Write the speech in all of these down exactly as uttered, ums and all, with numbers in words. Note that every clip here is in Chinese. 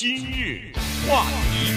今日话题，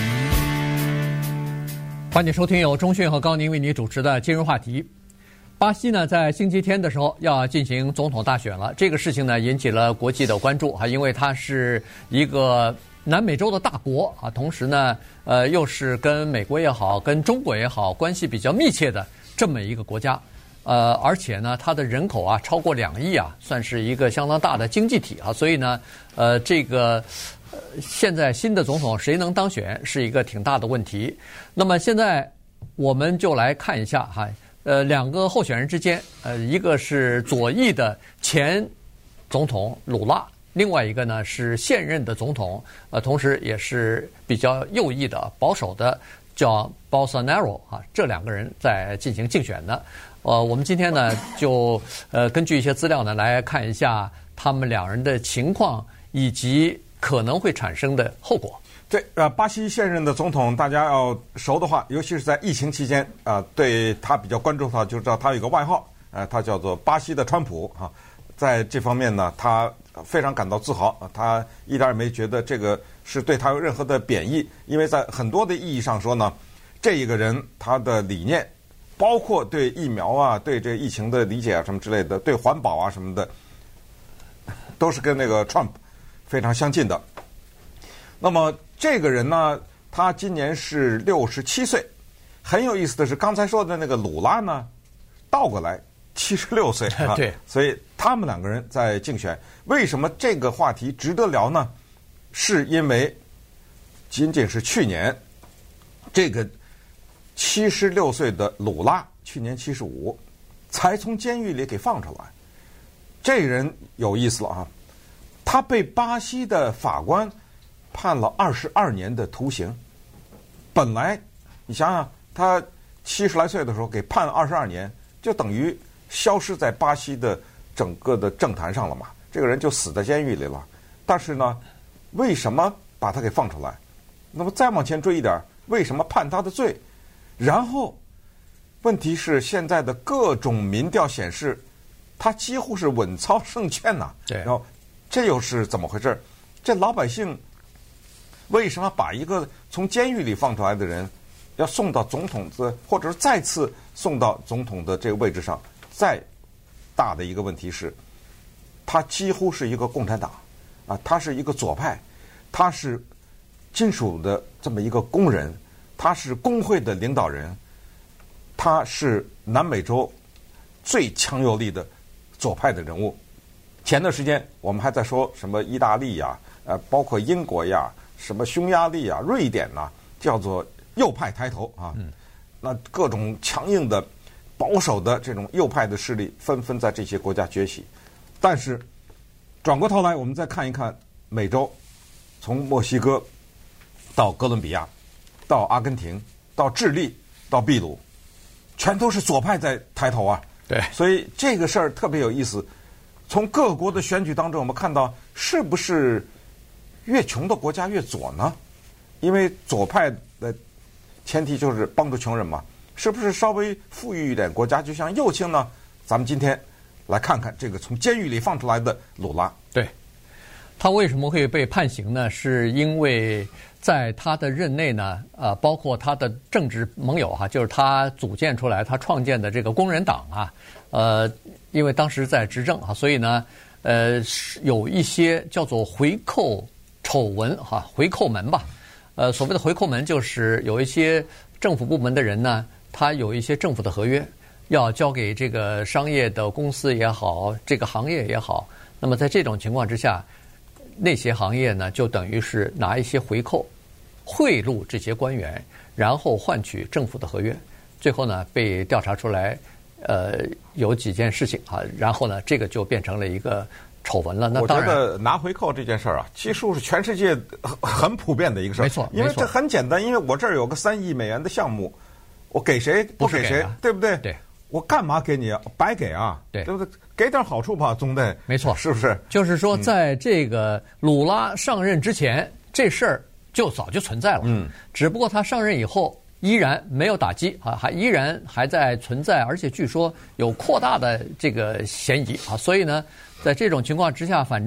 欢迎收听由钟讯和高宁为你主持的今日话题。巴西呢，在星期天的时候要进行总统大选了，这个事情呢引起了国际的关注啊，因为它是一个南美洲的大国啊，同时呢，呃，又是跟美国也好，跟中国也好关系比较密切的这么一个国家。呃，而且呢，它的人口啊超过两亿啊，算是一个相当大的经济体啊，所以呢，呃，这个呃，现在新的总统谁能当选是一个挺大的问题。那么现在我们就来看一下哈，呃，两个候选人之间，呃，一个是左翼的前总统鲁拉，另外一个呢是现任的总统，呃，同时也是比较右翼的保守的，叫 Bolsonaro 啊，这两个人在进行竞选的。呃，我们今天呢就呃根据一些资料呢来看一下他们两人的情况以及可能会产生的后果。 对，呃，巴西现任的总统大家要熟的话，尤其是在疫情期间啊、呃，对他比较关注的话，就知道他有一个外号，呃，他叫做巴西的川普啊。在这方面呢，他非常感到自豪，他一点也没觉得这个是对他有任何的贬义，因为在很多的意义上说呢，这一个人他的理念，包括对疫苗啊、对这疫情的理解啊什么之类的，对环保啊什么的，都是跟那个 Trump 非常相近的。那么这个人呢，他今年是六十七岁。很有意思的是，刚才说的那个鲁拉呢，倒过来七十六岁啊。 对， 所以他们两个人在竞选。为什么这个话题值得聊呢？是因为仅仅是去年，这个七十六岁的鲁拉，去年七十五，才从监狱里给放出来。这人有意思了啊，他被巴西的法官判了二十二年的徒刑。本来你想想，他七十来岁的时候给判二十二年，就等于消失在巴西的整个的政坛上了嘛。这个人就死在监狱里了。但是呢，为什么把他给放出来？那么再往前追一点，为什么判他的罪？然后问题是现在的各种民调显示，他几乎是稳操胜券呐、啊。 对， 然后这又是怎么回事？这老百姓为什么把一个从监狱里放出来的人要送到总统的，或者是再次送到总统的这个位置上？再大的一个问题是，他几乎是一个共产党啊，他是一个左派，他是金属的这么一个工人，他是工会的领导人，他是南美洲最强有力的左派的人物。前段时间我们还在说什么意大利呀，呃，包括英国呀，什么匈牙利啊、瑞典呐、啊，叫做右派抬头啊。嗯、那各种强硬的、保守的这种右派的势力纷纷在这些国家崛起。但是转过头来，我们再看一看美洲，从墨西哥到哥伦比亚，到阿根廷，到智利，到秘鲁，全都是左派在抬头啊。 对， 所以这个事儿特别有意思。从各国的选举当中，我们看到是不是越穷的国家越左呢？因为左派的前提就是帮助穷人嘛。是不是稍微富裕一点国家就像右倾呢？咱们今天来看看这个从监狱里放出来的鲁拉。 对，他为什么会被判刑呢？是因为在他的任内呢，呃，包括他的政治盟友哈，就是他组建出来、他创建的这个工人党啊，呃，因为当时在执政啊，所以呢，呃，有一些叫做回扣丑闻哈，回扣门吧。呃，所谓的回扣门就是有一些政府部门的人呢，他有一些政府的合约要交给这个商业的公司也好，这个行业也好。那么在这种情况之下，那些行业呢，就等于是拿一些回扣，贿赂这些官员，然后换取政府的合约。最后呢，被调查出来，呃，有几件事情啊，然后呢，这个就变成了一个丑闻了。那我觉当然， 得拿回扣这件事儿啊，其实是全世界很很普遍的一个事儿。 没错，没错因为这很简单，因为我这儿有个三亿美元的项目，我给谁不给谁， 不是给啊对不对？ 对。 我干嘛给你啊？白给啊？ 对， 对不对？给点好处吧，总得。 没错， 是不是？ 就是说，在这个鲁拉上任之前，这事儿就早就存在了。嗯，只不过他上任以后依然没有打击啊，还依然还在存在，而且据说有扩大的这个嫌疑啊。所以呢，在这种情况之下，反正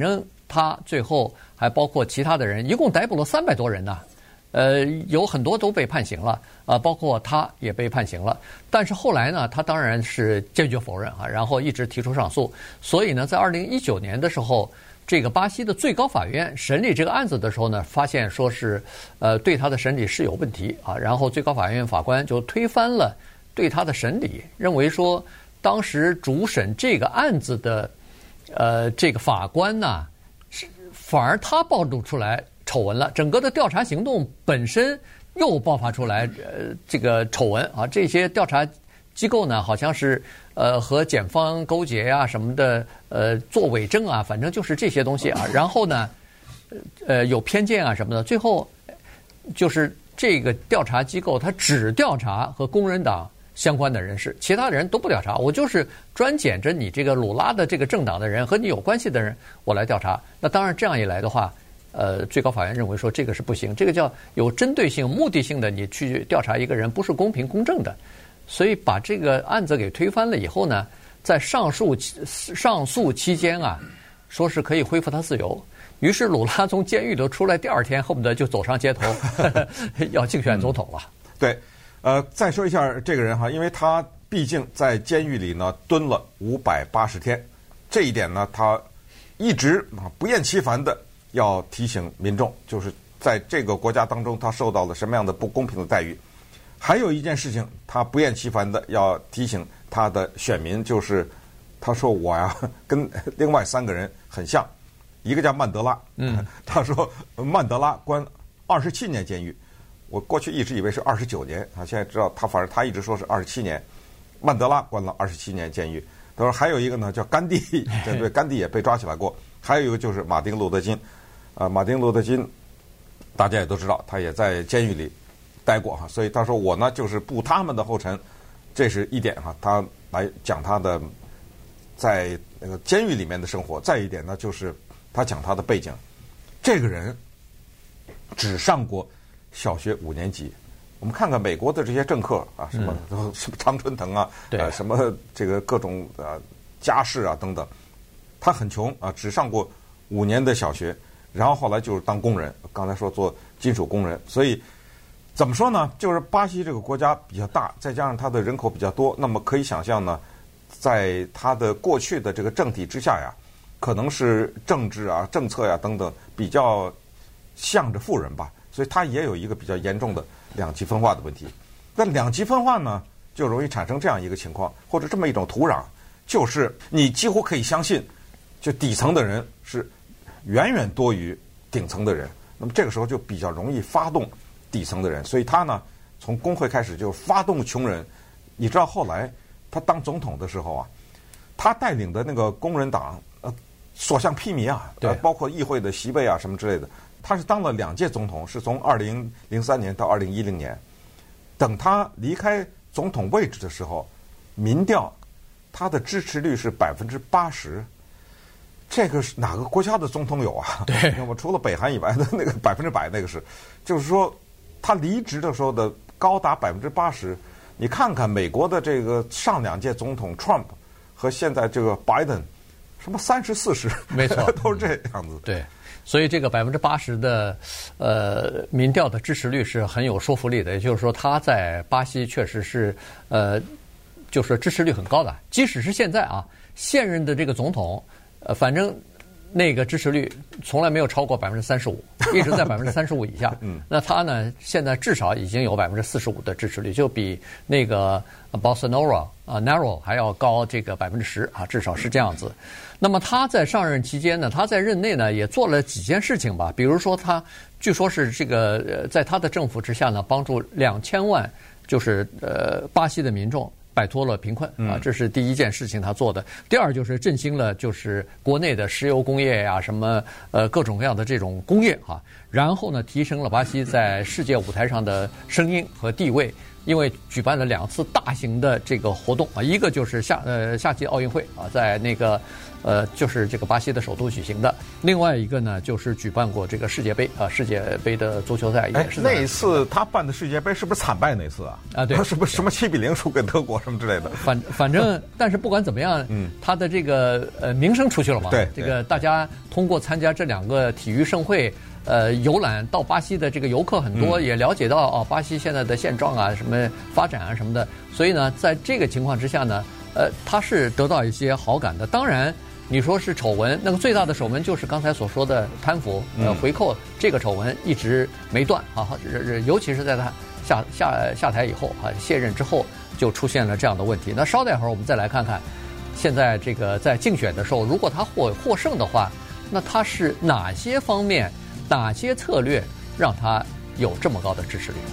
他最后还包括其他的人，一共逮捕了三百多人呢。呃，有很多都被判刑了啊、呃，包括他也被判刑了。但是后来呢，他当然是坚决否认啊，然后一直提出上诉。所以呢，在二零一九年的时候，这个巴西的最高法院审理这个案子的时候呢，发现说是呃对他的审理是有问题啊，然后最高法院法官就推翻了对他的审理，认为说当时主审这个案子的呃这个法官呢，是反而他暴露出来丑闻了，整个的调查行动本身又爆发出来，呃，这个丑闻啊，这些调查机构呢，好像是呃和检方勾结呀、啊、什么的，呃，做伪证啊，反正就是这些东西啊。然后呢，呃，有偏见啊什么的，最后就是这个调查机构他只调查和工人党相关的人士，其他人都不调查，我就是专捡着你这个鲁拉的这个政党的人和你有关系的人，我来调查。那当然这样一来的话。呃，最高法院认为说这个是不行，这个叫有针对性、目的性的，你去调查一个人不是公平公正的，所以把这个案子给推翻了以后呢，在上诉上诉期间啊，说是可以恢复他自由。于是鲁拉从监狱里出来，第二天恨不得就走上街头，呵呵要竞选总统了。 嗯、对，呃，再说一下这个人哈，因为他毕竟在监狱里呢蹲了五百八十天，这一点呢，他一直啊不厌其烦的。要提醒民众，就是在这个国家当中，他受到了什么样的不公平的待遇。还有一件事情，他不厌其烦的要提醒他的选民，就是他说我呀跟另外三个人很像，一个叫曼德拉，嗯，他说曼德拉关二十七年监狱，我过去一直以为是二十九年，啊，现在知道他反正他一直说是二十七年，曼德拉关了二十七年监狱。他说还有一个呢叫甘地，对，甘地也被抓起来过，还有一个就是马丁路德金。啊，马丁·路德金，大家也都知道，他也在监狱里待过哈，所以他说我呢就是步他们的后尘，这是一点哈。他来讲他的在那个监狱里面的生活。再一点呢，就是他讲他的背景，这个人只上过小学五年级。我们看看美国的这些政客啊，什么、嗯、什么常春藤啊，呃，什么这个各种呃家世啊等等，他很穷啊，只上过五年的小学。然后后来就是当工人，刚才说做金属工人，所以怎么说呢？就是巴西这个国家比较大，再加上它的人口比较多，那么可以想象呢，在它的过去的这个政体之下呀，可能是政治啊、政策呀等等比较向着富人吧，所以它也有一个比较严重的两极分化的问题。那两极分化呢，就容易产生这样一个情况，或者这么一种土壤，就是你几乎可以相信，就底层的人是远远多于顶层的人，那么这个时候就比较容易发动底层的人，所以他呢从工会开始就发动穷人。你知道后来他当总统的时候啊，他带领的那个工人党呃所向披靡啊， 对， 包括议会的席位啊什么之类的。他是当了两届总统，是从二零零三年到二零一零年。等他离开总统位置的时候，民调他的支持率是百分之八十。这个是哪个国家的总统有啊？ 对， 那么除了北韩以外的那个百分之百那个是，就是说他离职的时候的高达百分之八十。你看看美国的这个上两届总统 Trump 和现在这个 Biden， 什么三十四十， 没错， 都是这样子。 对，所以这个百分之八十的呃民调的支持率是很有说服力的，也就是说他在巴西确实是呃就是支持率很高的，即使是现在啊现任的这个总统。呃，反正那个支持率从来没有超过百分之三十五，一直在百分之三十五以下。嗯，那他呢，现在至少已经有百分之四十五的支持率，就比那个 Bolsonaro 啊 Naro 还要高这个百分之十啊，至少是这样子。那么他在上任期间呢，他在任内呢也做了几件事情吧，比如说他据说是这个呃，在他的政府之下呢，帮助两千万就是呃巴西的民众。摆脱了贫困啊，这是第一件事情他做的。第二就是振兴了就是国内的石油工业呀、啊，什么呃各种各样的这种工业啊。然后呢，提升了巴西在世界舞台上的声音和地位。 因为举办了两次大型的这个活动啊，一个就是夏呃夏季奥运会啊，在那个呃就是这个巴西的首都举行的，另外一个呢就是举办过这个世界杯啊，世界杯的足球赛也是那一次他办的世界杯是不是惨败那次啊？ 啊，对， 是不是什么七比零输给德国什么之类的？ 反反正，但是不管怎么样，嗯，他的这个呃名声出去了嘛， 对， 这个大家通过参加这两个体育盛会。呃，游览到巴西的这个游客很多，嗯、也了解到哦，巴西现在的现状啊，什么发展啊什么的。所以呢，在这个情况之下呢，呃，他是得到一些好感的。当然，你说是丑闻，那个最大的丑闻就是刚才所说的贪腐、呃回扣、嗯、这个丑闻一直没断啊，尤其是在他下下下台以后啊，卸任之后就出现了这样的问题。那稍待会儿我们再来看看，现在这个在竞选的时候，如果他获获胜的话，那他是哪些方面？哪些策略让他有这么高的支持率？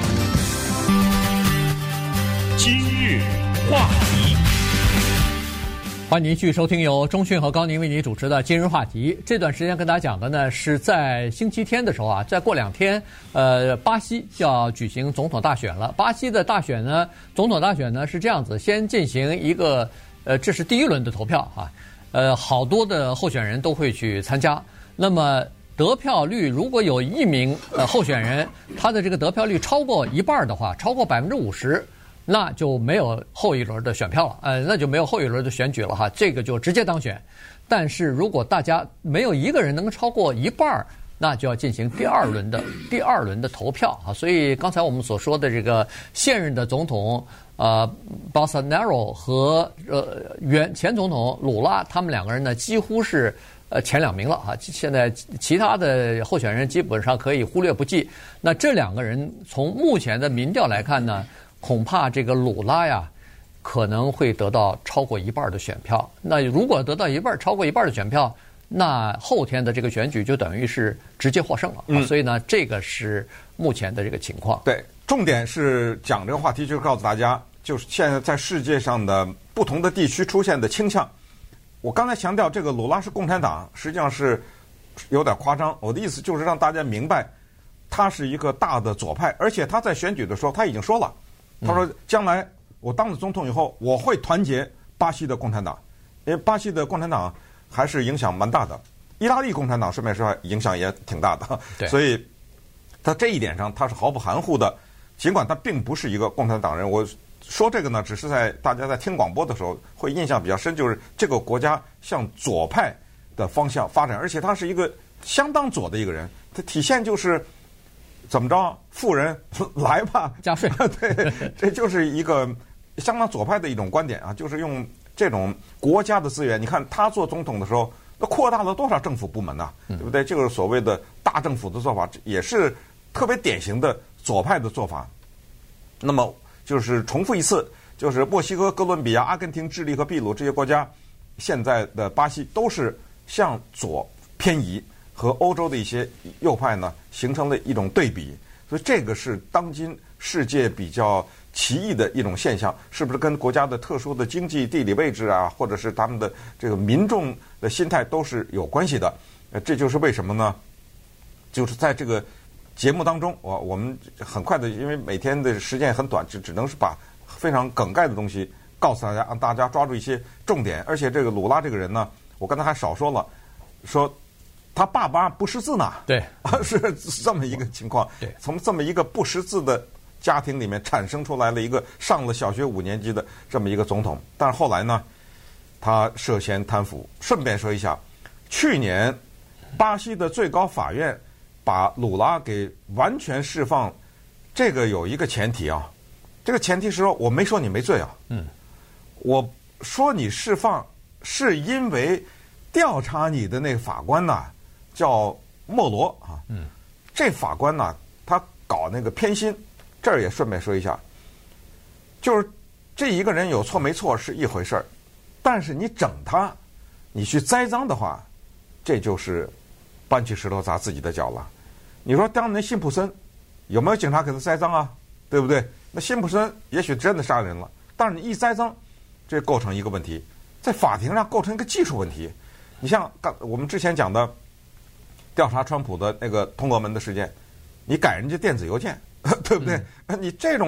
今日话题， 欢迎您继续收听由钟讯和高宁为您主持的今日话题。这段时间跟大家讲的呢，是在星期天的时候啊，再过两天，呃，巴西就要举行总统大选了。巴西的大选呢，总统大选呢是这样子，先进行一个，呃，这是第一轮的投票啊，呃，好多的候选人都会去参加。那么得票率如果有一名呃候选人，他的这个得票率超过一半的话，超过百分之五十，那就没有后一轮的选票了，呃，那就没有后一轮的选举了哈，这个就直接当选。但是如果大家没有一个人能超过一半，那就要进行第二轮的第二轮的投票啊。所以刚才我们所说的这个现任的总统呃 Bolsonaro 和呃原前总统鲁拉，他们两个人呢几乎是。呃，前两名了啊！现在其他的候选人基本上可以忽略不计。那这两个人从目前的民调来看呢，恐怕这个鲁拉呀可能会得到超过一半的选票。那如果得到一半超过一半的选票，那后天的这个选举就等于是直接获胜了。嗯，所以呢，这个是目前的这个情况。 对，重点是讲这个话题，就是告诉大家，就是现在在世界上的不同的地区出现的倾向。我刚才强调这个鲁拉是共产党，实际上是有点夸张。我的意思就是让大家明白，他是一个大的左派，而且他在选举的时候他已经说了，他说将来我当了总统以后，我会团结巴西的共产党，因为巴西的共产党还是影响蛮大的。意大利共产党顺便说影响也挺大的，所以他这一点上他是毫不含糊的。尽管他并不是一个共产党人，我。说这个呢，只是在大家在听广播的时候会印象比较深，就是这个国家向左派的方向发展，而且他是一个相当左的一个人，他体现就是怎么着，富人来吧， 加税， 对，这就是一个相当左派的一种观点啊，就是用这种国家的资源，你看他做总统的时候，那扩大了多少政府部门呐、啊，对不对？这个所谓的大政府的做法，也是特别典型的左派的做法。那么。就是重复一次，就是墨西哥、哥伦比亚、阿根廷、智利和秘鲁这些国家，现在的巴西都是向左偏移，和欧洲的一些右派呢形成了一种对比，所以这个是当今世界比较奇异的一种现象，是不是跟国家的特殊的经济地理位置啊，或者是他们的这个民众的心态都是有关系的？呃，这就是为什么呢？就是在这个。节目当中，我我们很快的，因为每天的时间很短，只只能是把非常梗概的东西告诉大家，让大家抓住一些重点。而且这个鲁拉这个人呢，我刚才还少说了，说他爸爸不识字呢， 对， 是这么一个情况。 对， 从这么一个不识字的家庭里面产生出来了一个上了小学五年级的这么一个总统，但是后来呢，他涉嫌贪腐。顺便说一下，去年巴西的最高法院。把鲁拉给完全释放，这个有一个前提啊，这个前提是说我没说你没罪啊，嗯，我说你释放是因为调查你的那个法官呐叫莫罗啊，嗯，这法官呢他搞那个偏心，这儿也顺便说一下，就是这一个人有错没错是一回事儿，但是你整他，你去栽赃的话，这就是搬起石头砸自己的脚了。你说当年辛普森有没有警察给他栽赃啊？对不对？那辛普森也许真的杀人了，但是你一栽赃，这构成一个问题，在法庭上构成一个技术问题。你像刚我们之前讲的调查川普的那个通俄门的事件，你改人家电子邮件，对不对？嗯、你这种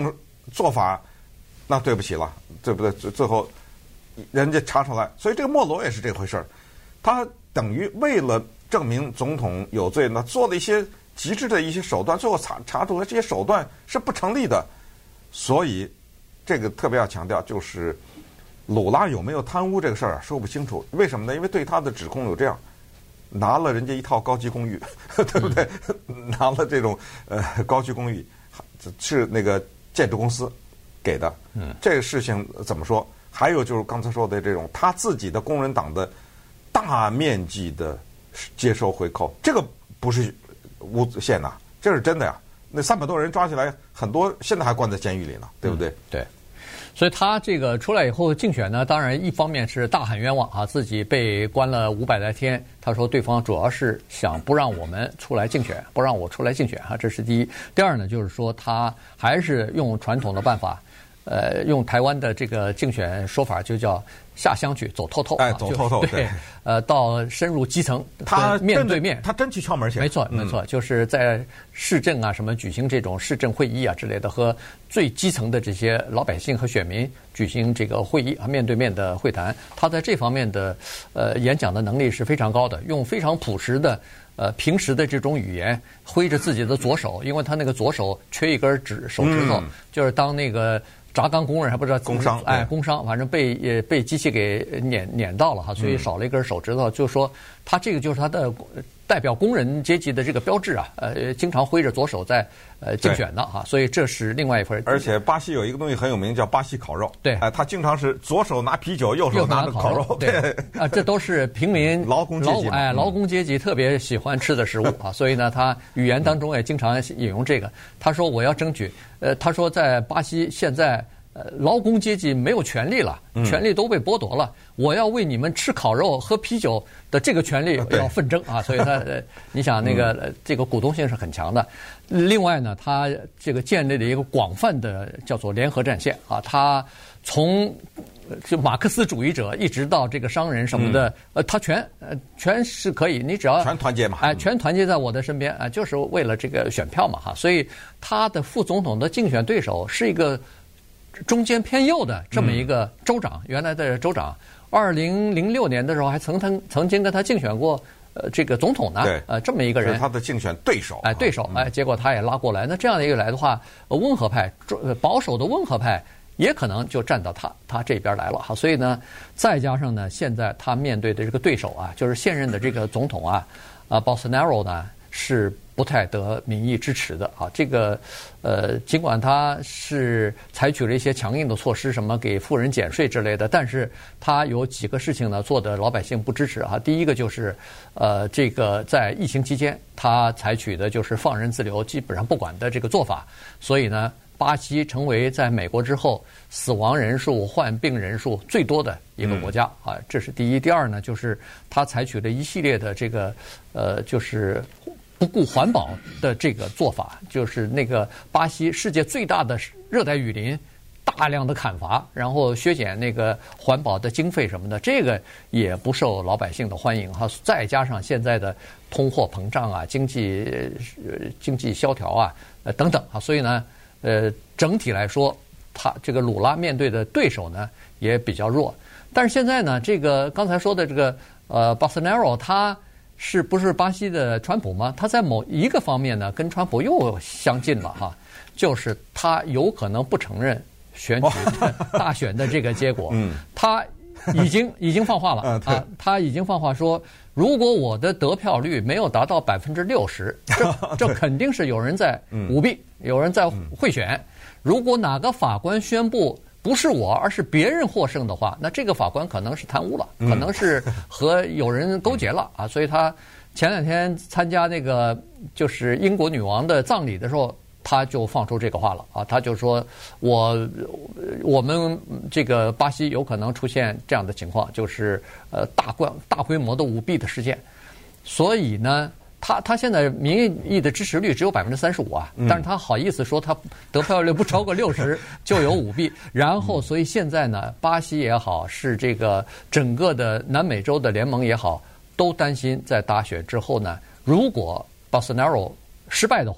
做法，那对不起了，对不对？最最后人家查出来，所以这个莫罗也是这回事儿，他等于为了证明总统有罪呢，做了一些极致的一些手段，最后查查出来这些手段是不成立的，所以这个特别要强调，就是鲁拉有没有贪污这个事儿啊，说不清楚。为什么呢？因为对他的指控有这样，拿了人家一套高级公寓，对不对？嗯、拿了这种呃高级公寓，是那个建筑公司给的。嗯，这个事情怎么说？还有就是刚才说的这种他自己的工人党的大面积的接受回扣，这个不是诬陷呐，这是真的呀。那三百多人抓起来，很多现在还关在监狱里呢，对不对？ 嗯、对。所以他这个出来以后竞选呢，当然一方面是大喊冤枉啊，自己被关了五百来天。他说对方主要是想不让我们出来竞选，不让我出来竞选啊，这是第一。第二呢，就是说他还是用传统的办法，呃，用台湾的这个竞选说法就叫下乡去走透透， 哎，走透透， 对，呃，到深入基层， 他面对面， 他真去敲门去， 没错，没错，就是在市政啊什么举行这种市政会议啊之类的，和最基层的这些老百姓和选民举行这个会议啊，面对面的会谈，他在这方面的呃演讲的能力是非常高的，用非常朴实的呃平时的这种语言，挥着自己的左手，因为他那个左手缺一根指手指头，嗯、就是当那个。轧钢工人还不知道工伤， 哎，工伤，反正被呃被机器给碾碾到了哈，所以少了一根手指头。嗯、就说他这个就是他的代表工人阶级的这个标志啊，呃，经常挥着左手在呃竞选的哈，所以这是另外一份。 而且巴西有一个东西很有名，叫巴西烤肉。 对， 哎，他经常是左手拿啤酒，右手拿着烤肉。 对，啊，这都是平民劳工阶级， 哎，劳工阶级特别喜欢吃的食物啊，所以呢，他语言当中也经常引用这个。他说我要争取，呃，他说在巴西现在。呃，劳工阶级没有权利了，权利都被剥夺了。嗯、我要为你们吃烤肉、喝啤酒的这个权利要奋争啊！所以他，呃、你想那个、嗯、这个鼓动性是很强的。另外呢，他这个建立了一个广泛的叫做联合战线啊，他从就马克思主义者一直到这个商人什么的，嗯、呃，他全呃全是可以，你只要全团结嘛， 哎、呃，全团结在我的身边啊、呃，就是为了这个选票嘛哈。所以他的副总统的竞选对手是一个。中间偏右的这么一个州长，嗯、原来的州长，二零零六年的时候还曾曾曾经跟他竞选过，呃，这个总统呢， 对， 呃，这么一个人， 是他的竞选对手， 哎，对手，哎，结果他也拉过来。那这样的一个来的话，温和派、保守的温和派也可能就站到他他这边来了哈。所以呢，再加上呢，现在他面对的这个对手啊，就是现任的这个总统啊，啊 ，Bolsonaro 呢是。不太得民意支持的啊，这个呃，尽管他是采取了一些强硬的措施，什么给富人减税之类的，但是他有几个事情呢，做的老百姓不支持啊。第一个就是呃，这个在疫情期间，他采取的就是放任自流，基本上不管的这个做法，所以呢，巴西成为在美国之后死亡人数、患病人数最多的一个国家啊，这是第一。第二呢，就是他采取了一系列的这个呃，就是。不顾环保的这个做法，就是那个巴西世界最大的热带雨林大量的砍伐，然后削减那个环保的经费什么的，这个也不受老百姓的欢迎哈。再加上现在的通货膨胀啊、经济呃经济萧条啊、呃等等啊，所以呢，呃，整体来说，他这个鲁拉面对的对手呢也比较弱。但是现在呢，这个刚才说的这个呃 Bolsonaro 他。是不是巴西的川普吗？他在某一个方面呢，跟川普又相近了哈，就是他有可能不承认选举大选的这个结果。嗯，他已经已经放话了啊，他已经放话说，如果我的得票率没有达到百分之六十，这这肯定是有人在舞弊，有人在贿选。如果哪个法官宣布。不是我，而是别人获胜的话，那这个法官可能是贪污了，可能是和有人勾结了啊。所以他前两天参加那个就是英国女王的葬礼的时候，他就放出这个话了啊，他就说我我们这个巴西有可能出现这样的情况，就是呃大规大规模的舞弊的事件，所以呢。他他现在民意的支持率只有百分之三十五啊，但是他好意思说他得票率不超过六十就有舞弊，然后所以现在呢，巴西也好，是这个整个的南美洲的联盟也好，都担心在大选之后呢，如果 Bolsonaro 失败的话，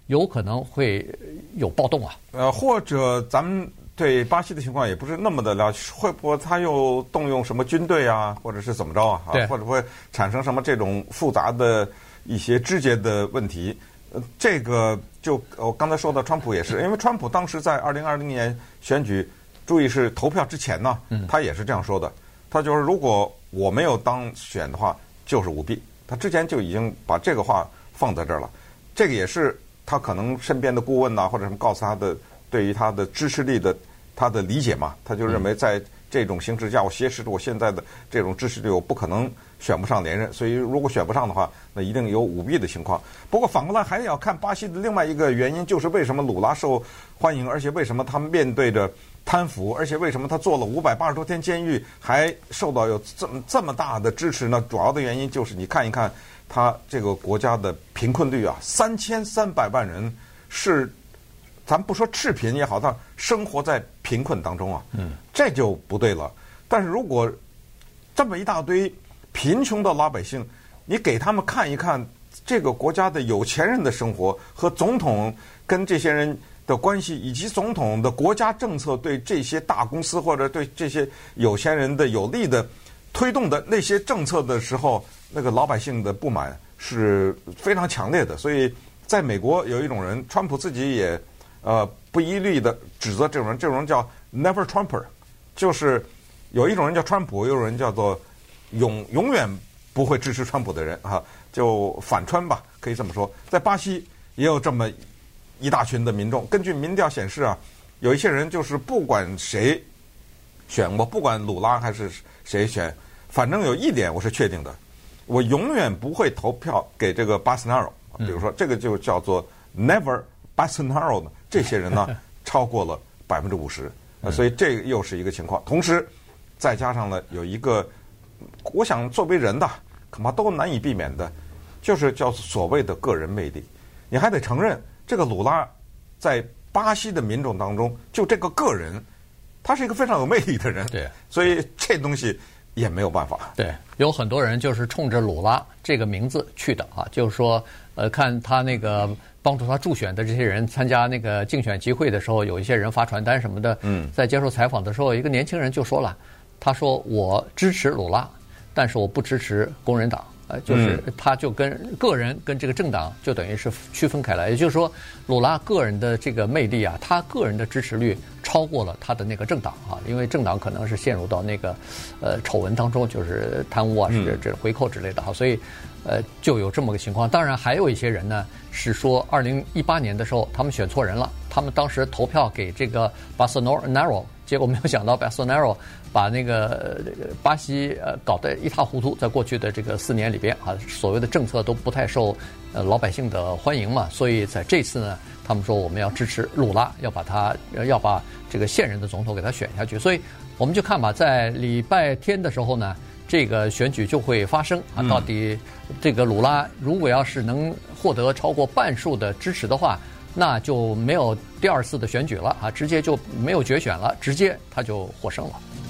有可能会有暴动啊。 呃，或者咱们对巴西的情况也不是那么的了解，会不会他又动用什么军队啊，或者是怎么着啊？ 对， 或者会产生什么这种复杂的一些枝节的问题？呃，这个就我刚才说的，川普也是，因为川普当时在二零二零年选举，注意是投票之前呢，他也是这样说的，他就是如果我没有当选的话，就是舞弊。他之前就已经把这个话放在这儿了，这个也是他可能身边的顾问呐、啊、或者什么告诉他的对于他的支持力的他的理解嘛，他就认为在这种形势下，我挟持着我现在的这种支持率，我不可能选不上连任，所以如果选不上的话，那一定有舞弊的情况。不过反过来还要看巴西的另外一个原因，就是为什么鲁拉受欢迎，而且为什么他面对着贪腐，而且为什么他坐了五百八十多天监狱，还受到有这么这么大的支持呢？主要的原因就是你看一看他这个国家的贫困率啊，三千三百万人是，咱不说赤贫也好，他生活在贫困当中啊，嗯，这就不对了。但是如果这么一大堆贫穷的老百姓，你给他们看一看这个国家的有钱人的生活和总统跟这些人的关系，以及总统的国家政策对这些大公司或者对这些有钱人的有利的推动的那些政策的时候，那个老百姓的不满是非常强烈的。所以在美国有一种人，川普自己也呃不一律的指责这种人，这种人叫 Never Trumper， 就是有一种人叫川普，有一种人叫做永永远不会支持川普的人啊，就反川吧，可以这么说。在巴西也有这么一大群的民众，根据民调显示啊，有一些人就是不管谁选，我不管鲁拉还是谁选，反正有一点我是确定的，我永远不会投票给这个巴斯纳罗。比如说，这个就叫做 Never Bolsonaro 呢，这些人呢超过了百分之五十，所以这又是一个情况。同时，再加上了有一个，我想作为人的恐怕都难以避免的，就是叫所谓的个人魅力。你还得承认，这个鲁拉在巴西的民众当中，就这个个人，他是一个非常有魅力的人。 对， 所以这东西也没有办法。 对，有很多人就是冲着鲁拉这个名字去的啊，就是说，呃，看他那个帮助他助选的这些人参加那个竞选集会的时候，有一些人发传单什么的。嗯，在接受采访的时候，一个年轻人就说了，他说我支持鲁拉，但是我不支持工人党。呃，就是他就跟个人跟这个政党就等于是区分开来，也就是说，鲁拉个人的这个魅力啊，他个人的支持率超过了他的那个政党啊，因为政党可能是陷入到那个呃丑闻当中，就是贪污啊，是这回扣之类的哈，所以呃就有这么个情况。当然还有一些人呢是说，二零一八年的时候他们选错人了，他们当时投票给这个巴塞纳罗，结果没有想到巴塞纳罗把那个巴西呃搞得一塌糊涂，在过去的这个四年里边啊，所谓的政策都不太受呃老百姓的欢迎嘛，所以在这次呢，他们说我们要支持鲁拉，要把他要把这个现任的总统给他选下去，所以我们就看吧，在礼拜天的时候呢，这个选举就会发生啊，到底这个鲁拉如果要是能获得超过半数的支持的话，那就没有第二次的选举了啊，直接就没有决选了，直接他就获胜了。